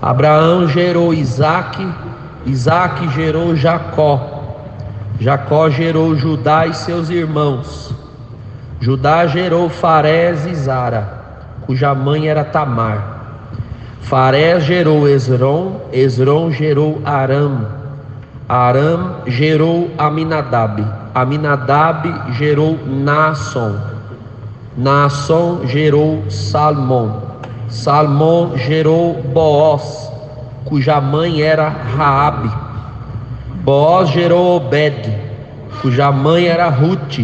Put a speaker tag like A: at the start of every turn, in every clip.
A: Abraão gerou Isaque, Isaque gerou Jacó, Jacó gerou Judá e seus irmãos. Judá gerou Farés e Zara, cuja mãe era Tamar. Farés gerou Esrom, Esrom gerou Aram, Aram gerou Aminadab, Aminadab gerou Naasson, Naasson gerou Salmão, Salmão gerou Boaz, cuja mãe era Raabe. Boaz gerou Obed, cuja mãe era Rute.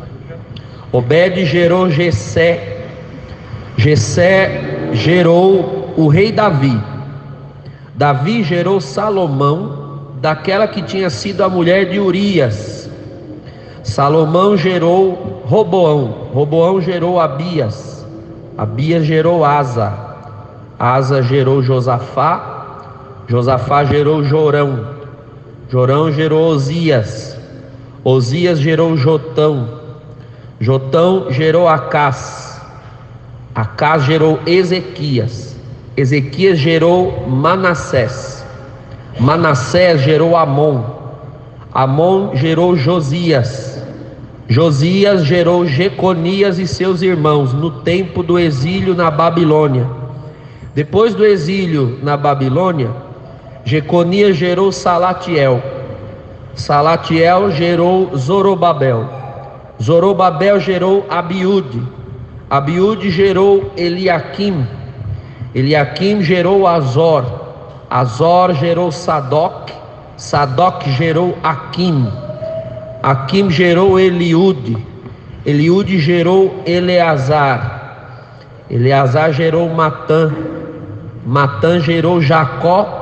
A: Obed gerou Jessé, Jessé gerou o rei Davi. Davi gerou Salomão, daquela que tinha sido a mulher de Urias. Salomão gerou Roboão, Roboão gerou Abias, Abias gerou Asa, Asa gerou Josafá, Josafá gerou Jorão, Jorão gerou Osias, Osias gerou Jotão, Jotão gerou Acás, Acás gerou Ezequias, Ezequias gerou Manassés, Manassés gerou Amon, Amon gerou Josias, Josias gerou Jeconias e seus irmãos no tempo do exílio na Babilônia. Depois do exílio na Babilônia, Jeconias gerou Salatiel, Salatiel gerou Zorobabel, Zorobabel gerou Abiúde, Abiúde gerou Eliaquim, Eliaquim gerou Azor, Azor gerou Sadoc, Sadoc gerou Aquim, Aquim gerou Eliúde, Eliúde gerou Eleazar, Eleazar gerou Matã, Matã gerou Jacó,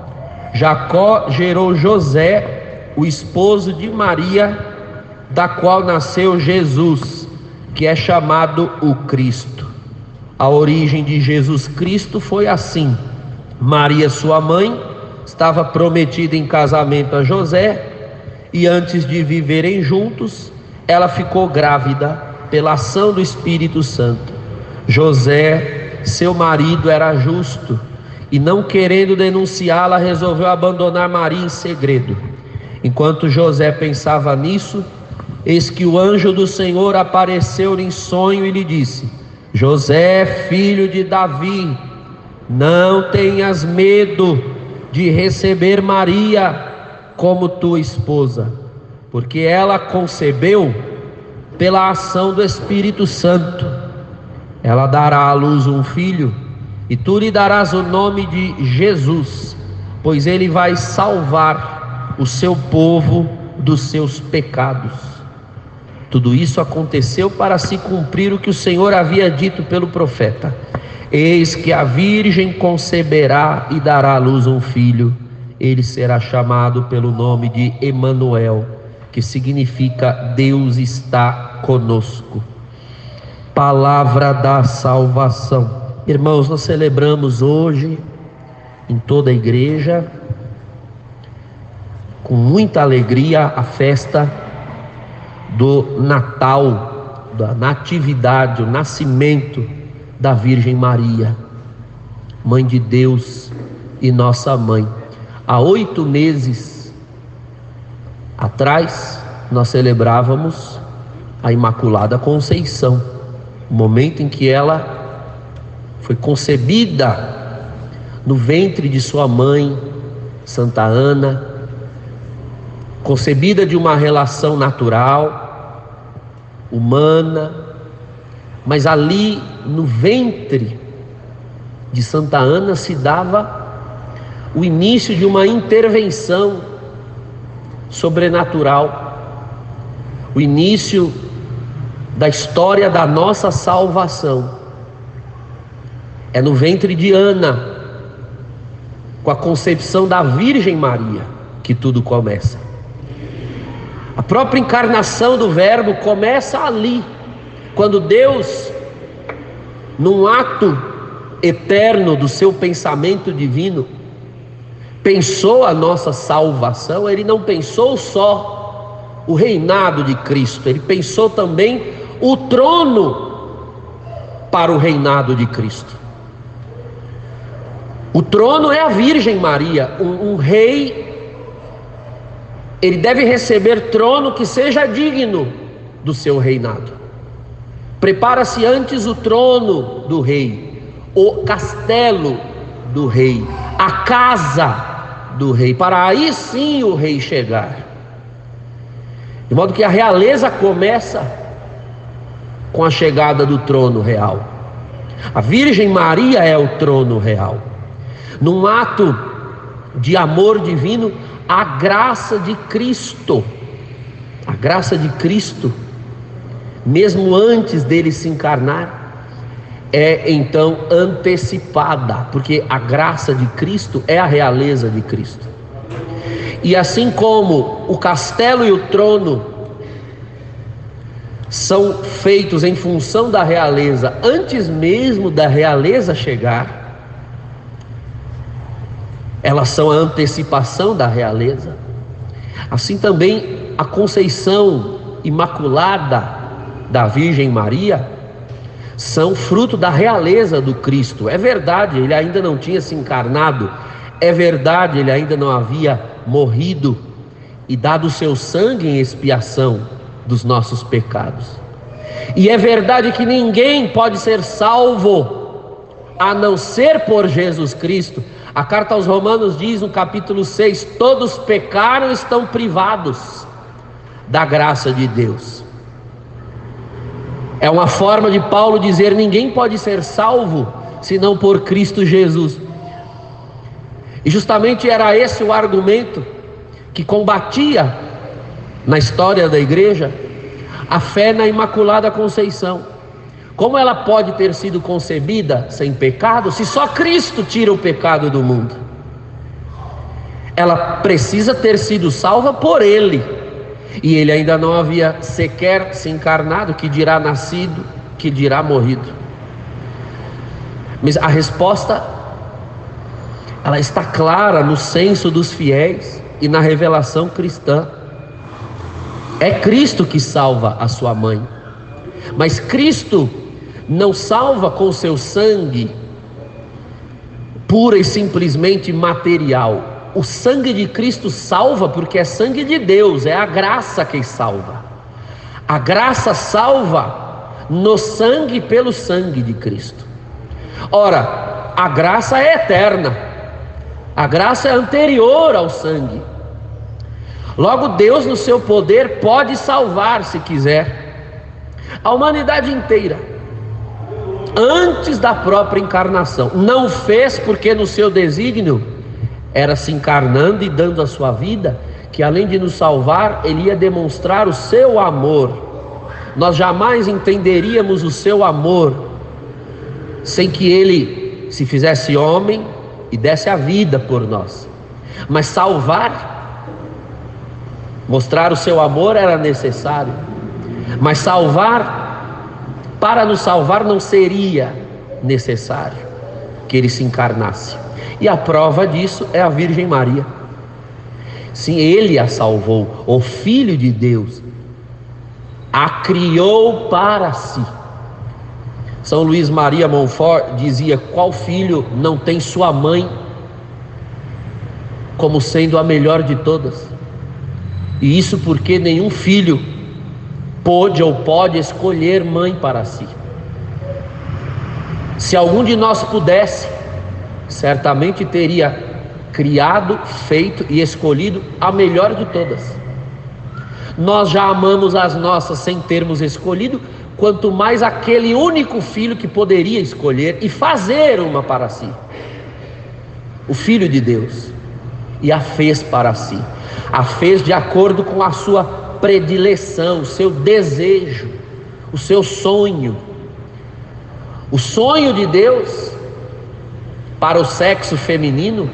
A: Jacó gerou José, o esposo de Maria, da qual nasceu Jesus, que é chamado o Cristo. A origem de Jesus Cristo foi assim: Maria, sua mãe, estava prometida em casamento a José, e antes de viverem juntos, ela ficou grávida pela ação do Espírito Santo. José, seu marido, era justo, e não querendo denunciá-la, resolveu abandonar Maria em segredo. Enquanto José pensava nisso, eis que o anjo do Senhor apareceu em sonho e lhe disse: José, filho de Davi, não tenhas medo de receber Maria como tua esposa, porque ela concebeu pela ação do Espírito Santo. Ela dará à luz um filho, e tu lhe darás o nome de Jesus, pois ele vai salvar o seu povo dos seus pecados. Tudo isso aconteceu para se cumprir o que o Senhor havia dito pelo profeta: eis que a virgem conceberá e dará à luz um filho, ele será chamado pelo nome de Emanuel, que significa Deus está conosco. Palavra da salvação. Irmãos, nós celebramos hoje em toda a igreja, com muita alegria, a festa do Natal, da natividade, o nascimento da Virgem Maria, Mãe de Deus e nossa mãe. Há 8 meses atrás, nós celebrávamos a Imaculada Conceição, o momento em que ela foi concebida no ventre de sua mãe, Santa Ana, concebida de uma relação natural, humana, mas ali no ventre de Santa Ana se dava o início de uma intervenção sobrenatural, o início da história da nossa salvação. É no ventre de Ana, com a concepção da Virgem Maria, que tudo começa. A própria encarnação do Verbo começa ali, quando Deus, num ato eterno do seu pensamento divino, pensou a nossa salvação. Ele não pensou só o reinado de Cristo, ele pensou também o trono para o reinado de Cristo. O trono é a Virgem Maria. Um rei, ele deve receber trono que seja digno do seu reinado. Prepara-se antes o trono do rei, o castelo do rei, a casa do rei, para aí sim o rei chegar. De modo que a realeza começa com a chegada do trono real. A Virgem Maria é o trono real. Num ato de amor divino, a graça de Cristo, mesmo antes dele se encarnar, é então antecipada, porque a graça de Cristo é a realeza de Cristo. E assim como o castelo e o trono são feitos em função da realeza, antes mesmo da realeza chegar, elas são a antecipação da realeza. Assim também a conceição imaculada da Virgem Maria são fruto da realeza do Cristo. É verdade, ele ainda não tinha se encarnado, é verdade, ele ainda não havia morrido e dado o seu sangue em expiação dos nossos pecados. E é verdade que ninguém pode ser salvo a não ser por Jesus Cristo. A carta aos Romanos diz no capítulo 6: todos pecaram e estão privados da graça de Deus. É uma forma de Paulo dizer: ninguém pode ser salvo senão por Cristo Jesus. E justamente era esse o argumento que combatia na história da igreja a fé na Imaculada Conceição. Como ela pode ter sido concebida sem pecado, se só Cristo tira o pecado do mundo? Ela precisa ter sido salva por Ele, e Ele ainda não havia sequer se encarnado, que dirá nascido, que dirá morrido. Mas a resposta, ela está clara no senso dos fiéis e na revelação cristã. É Cristo que salva a sua mãe, mas Cristo não salva com seu sangue pura e simplesmente material. O sangue de Cristo salva porque é sangue de Deus, é a graça que salva. A graça salva no sangue, pelo sangue de Cristo. Ora, a graça é eterna, a graça é anterior ao sangue. Logo, Deus no seu poder pode salvar, se quiser, a humanidade inteira antes da própria encarnação. Não fez porque no seu desígnio era se encarnando e dando a sua vida, que além de nos salvar, Ele ia demonstrar o seu amor. Nós jamais entenderíamos o seu amor sem que Ele se fizesse homem e desse a vida por nós. Mas salvar, mostrar o seu amor era necessário, mas para nos salvar não seria necessário que Ele se encarnasse. E a prova disso é a Virgem Maria. Sim, Ele a salvou, o Filho de Deus a criou para si. São Luís Maria Montfort dizia: qual filho não tem sua mãe como sendo a melhor de todas? E isso porque nenhum filho pôde ou pode escolher mãe para si. Se algum de nós pudesse, certamente teria criado, feito e escolhido a melhor de todas. Nós já amamos as nossas sem termos escolhido, quanto mais aquele único filho que poderia escolher e fazer uma para si, o Filho de Deus, e a fez para si, a fez de acordo com a sua predileção, o seu desejo, o seu sonho. O sonho de Deus para o sexo feminino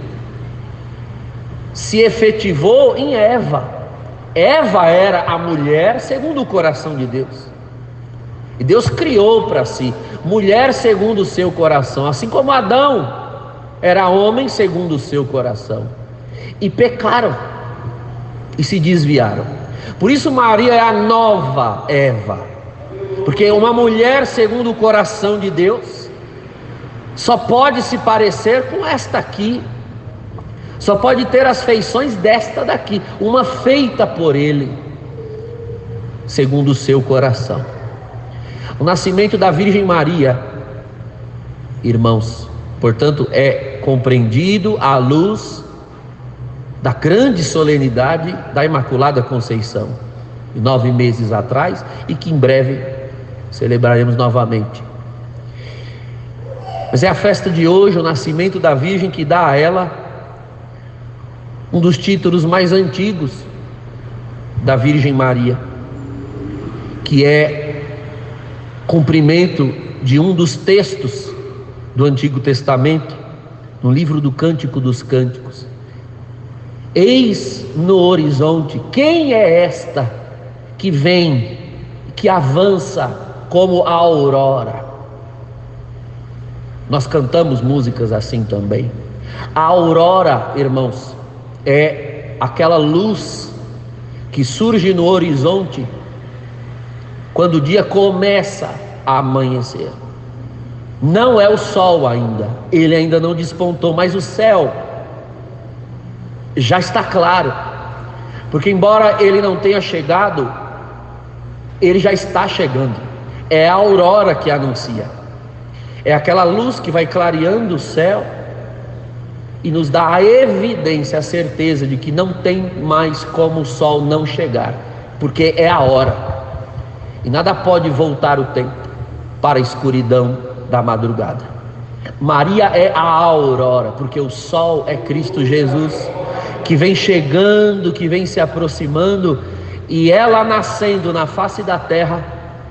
A: se efetivou em Eva. Eva era a mulher segundo o coração de Deus, e Deus criou para si mulher segundo o seu coração, assim como Adão era homem segundo o seu coração, e pecaram e se desviaram. Por isso Maria é a nova Eva, porque uma mulher segundo o coração de Deus só pode se parecer com esta aqui, só pode ter as feições desta daqui, uma feita por ele, segundo o seu coração. O nascimento da Virgem Maria, irmãos, portanto, é compreendido à luz da grande solenidade da Imaculada Conceição, de 9 meses atrás, e que em breve celebraremos novamente. Mas é a festa de hoje, o nascimento da Virgem, que dá a ela um dos títulos mais antigos da Virgem Maria, que é cumprimento de um dos textos do Antigo Testamento, no livro do Cântico dos Cânticos. Eis no horizonte, quem é esta que vem, que avança como a aurora? Nós cantamos músicas assim também. A aurora, irmãos, é aquela luz que surge no horizonte quando o dia começa a amanhecer. Não é o sol ainda, ele ainda não despontou, mas o céu já está claro, porque embora ele não tenha chegado, ele já está chegando. É a aurora que anuncia, é aquela luz que vai clareando o céu e nos dá a evidência, a certeza de que não tem mais como o sol não chegar, porque é a hora, e nada pode voltar o tempo para a escuridão da madrugada. Maria é a aurora, porque o sol é Cristo Jesus, que vem chegando, que vem se aproximando, e ela nascendo na face da terra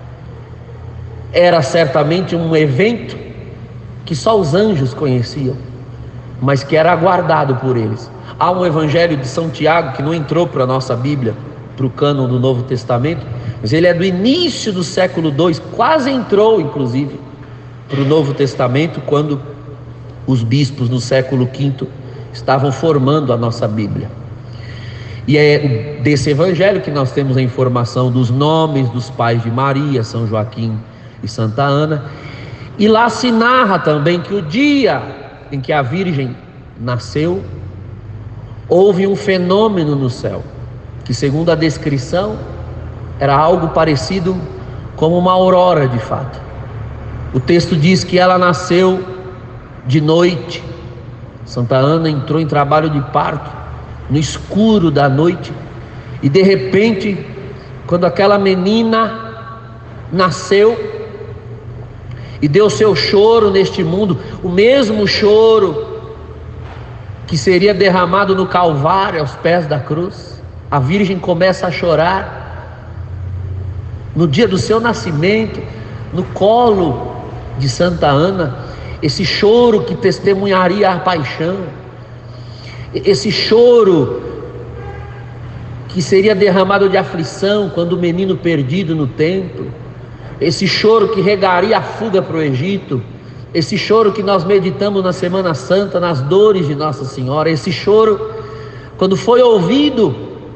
A: era certamente um evento que só os anjos conheciam, mas que era aguardado por eles. Há um evangelho de São Tiago que não entrou para a nossa Bíblia, para o cânon do Novo Testamento, mas ele é do início do século II, quase entrou inclusive para o Novo Testamento, quando os bispos no século V estavam formando a nossa Bíblia. E é desse evangelho que nós temos a informação dos nomes dos pais de Maria, São Joaquim e Santa Ana, e lá se narra também que o dia em que a Virgem nasceu, houve um fenômeno no céu, que segundo a descrição, era algo parecido como uma aurora de fato. O texto diz que ela nasceu de noite. Santa Ana entrou em trabalho de parto, no escuro da noite, e de repente, quando aquela menina nasceu e deu seu choro neste mundo, o mesmo choro que seria derramado no Calvário, aos pés da cruz, a Virgem começa a chorar no dia do seu nascimento, no colo de Santa Ana, esse choro que testemunharia a paixão, esse choro que seria derramado de aflição quando o menino perdido no templo, esse choro que regaria a fuga para o Egito, esse choro que nós meditamos na Semana Santa, nas dores de Nossa Senhora, esse choro quando foi ouvido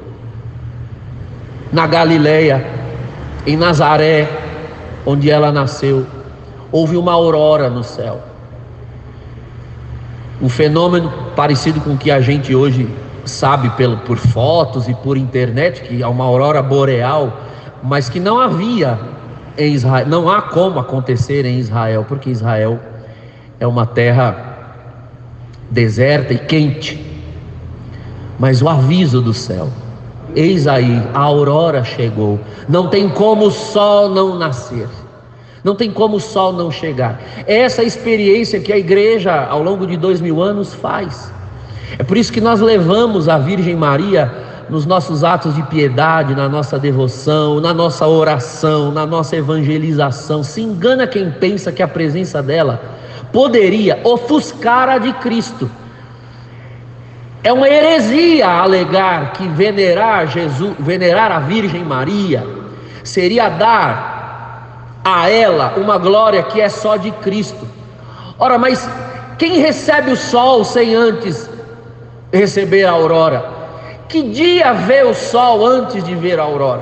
A: na Galileia, em Nazaré, onde ela nasceu, houve uma aurora no céu, um fenômeno parecido com o que a gente hoje sabe por fotos e por internet, que é uma aurora boreal, mas que não havia em Israel, não há como acontecer em Israel, porque Israel é uma terra deserta e quente. Mas o aviso do céu, eis aí, a aurora chegou, não tem como o sol não nascer, não tem como o sol não chegar. É essa experiência que a igreja ao longo de 2000 anos faz. É por isso que nós levamos a Virgem Maria nos nossos atos de piedade, na nossa devoção, na nossa oração, na nossa evangelização. Se engana quem pensa que a presença dela poderia ofuscar a de Cristo. É uma heresia alegar que venerar a Virgem Maria seria dar a ela uma glória que é só de Cristo. Ora, mas quem recebe o sol sem antes receber a aurora? Que dia vê o sol antes de ver a aurora?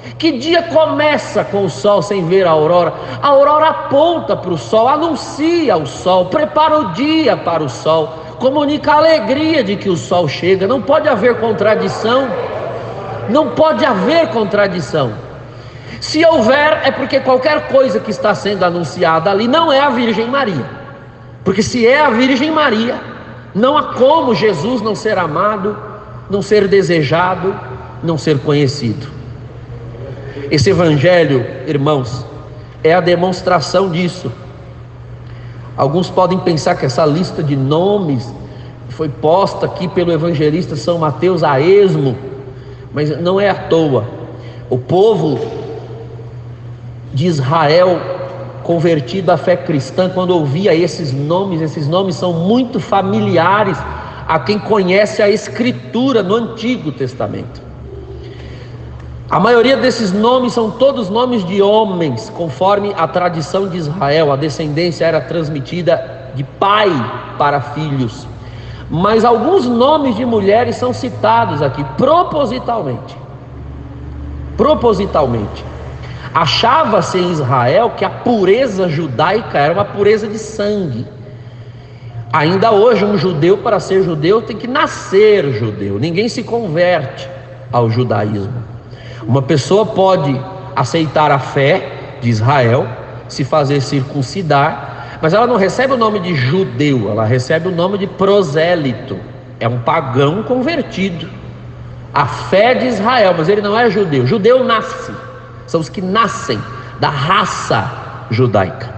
A: Que dia começa com o sol sem ver a aurora? A aurora aponta para o sol, anuncia o sol, prepara o dia para o sol, comunica a alegria de que o sol chega. Não pode haver contradição. Não pode haver contradição. Se houver, é porque qualquer coisa que está sendo anunciada ali não é a Virgem Maria. Porque se é a Virgem Maria, não há como Jesus não ser amado, não ser desejado, não ser conhecido. Esse evangelho, irmãos, é a demonstração disso. Alguns podem pensar que essa lista de nomes foi posta aqui pelo evangelista São Mateus a esmo, mas não é à toa. O povo de Israel convertido à fé cristã, quando ouvia esses nomes são muito familiares a quem conhece a Escritura no Antigo Testamento. A maioria desses nomes são todos nomes de homens, conforme a tradição de Israel. A descendência era transmitida de pai para filhos. Mas alguns nomes de mulheres são citados aqui, propositalmente. Propositalmente. Achava-se em Israel que a pureza judaica era uma pureza de sangue. Ainda hoje, um judeu, para ser judeu, tem que nascer judeu. Ninguém se converte ao judaísmo. Uma pessoa pode aceitar a fé de Israel, se fazer circuncidar, mas ela não recebe o nome de judeu, ela recebe o nome de prosélito. É um pagão convertido à fé de Israel, mas ele não é judeu. Judeu nasce, são os que nascem da raça judaica.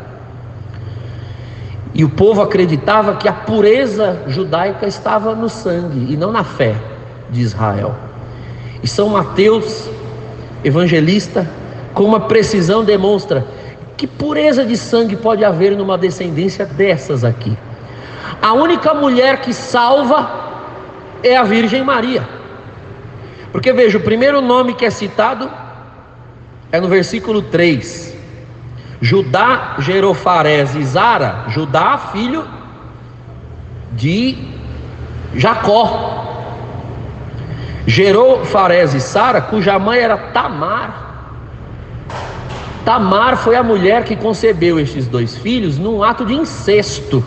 A: E o povo acreditava que a pureza judaica estava no sangue e não na fé de Israel. E São Mateus, evangelista, com uma precisão demonstra que pureza de sangue pode haver numa descendência dessas aqui. A única mulher que salva é a Virgem Maria. Porque veja, o primeiro nome que é citado é no versículo 3. Judá gerou Farés e Zara. Judá, filho de Jacó. Gerou Farés e Sara, cuja mãe era Tamar. Tamar foi a mulher que concebeu estes dois filhos num ato de incesto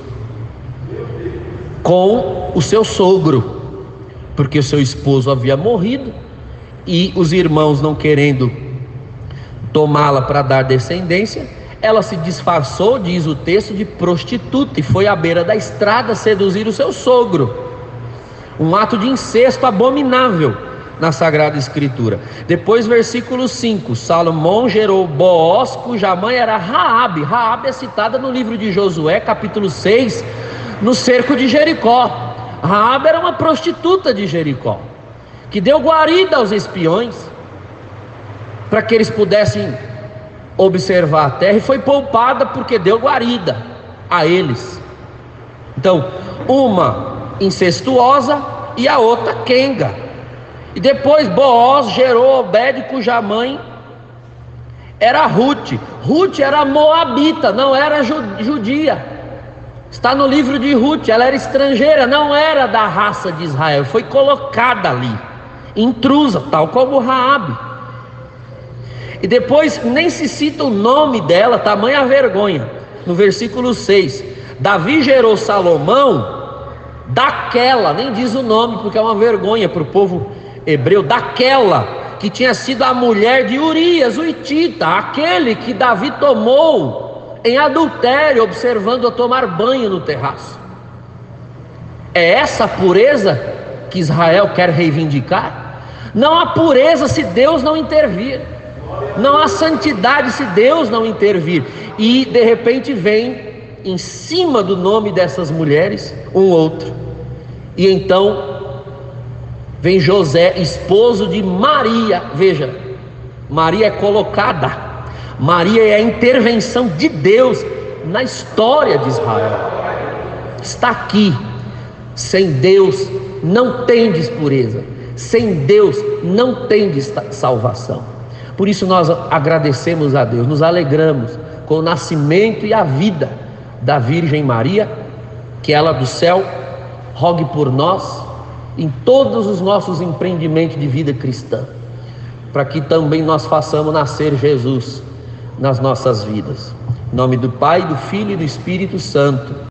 A: com o seu sogro, porque o seu esposo havia morrido e os irmãos não querendo tomá-la para dar descendência, ela se disfarçou, diz o texto, de prostituta e foi à beira da estrada seduzir o seu sogro. Um ato de incesto abominável na Sagrada Escritura. Depois, versículo 5: Salomão gerou Booz, cuja mãe era Raabe. Raabe é citada no livro de Josué, capítulo 6, no cerco de Jericó. Raabe era uma prostituta de Jericó, que deu guarida aos espiões, para que eles pudessem observar a terra, e foi poupada porque deu guarida a eles. Então, uma incestuosa e a outra quenga. E depois Booz gerou Obed, cuja mãe era Ruth. Ruth era moabita, não era judia. Está no livro de Ruth. Ela era estrangeira, não era da raça de Israel, foi colocada ali, intrusa, tal como Raabe. E depois nem se cita o nome dela, tamanha vergonha. No versículo 6: Davi gerou Salomão daquela, nem diz o nome porque é uma vergonha para o povo hebreu, daquela que tinha sido a mulher de Urias, o hitita, aquele que Davi tomou em adultério, observando-a tomar banho no terraço. É essa a pureza que Israel quer reivindicar? Não há pureza se Deus não intervir, não há santidade se Deus não intervir. E de repente vem em cima do nome dessas mulheres um outro, e então vem José, esposo de Maria. Veja, Maria é colocada, Maria é a intervenção de Deus na história de Israel, está aqui. Sem Deus não tem pureza, sem Deus não tem salvação. Por isso nós agradecemos a Deus, nos alegramos com o nascimento e a vida da Virgem Maria. Que ela do céu rogue por nós em todos os nossos empreendimentos de vida cristã, para que também nós façamos nascer Jesus nas nossas vidas. Em nome do Pai, do Filho e do Espírito Santo.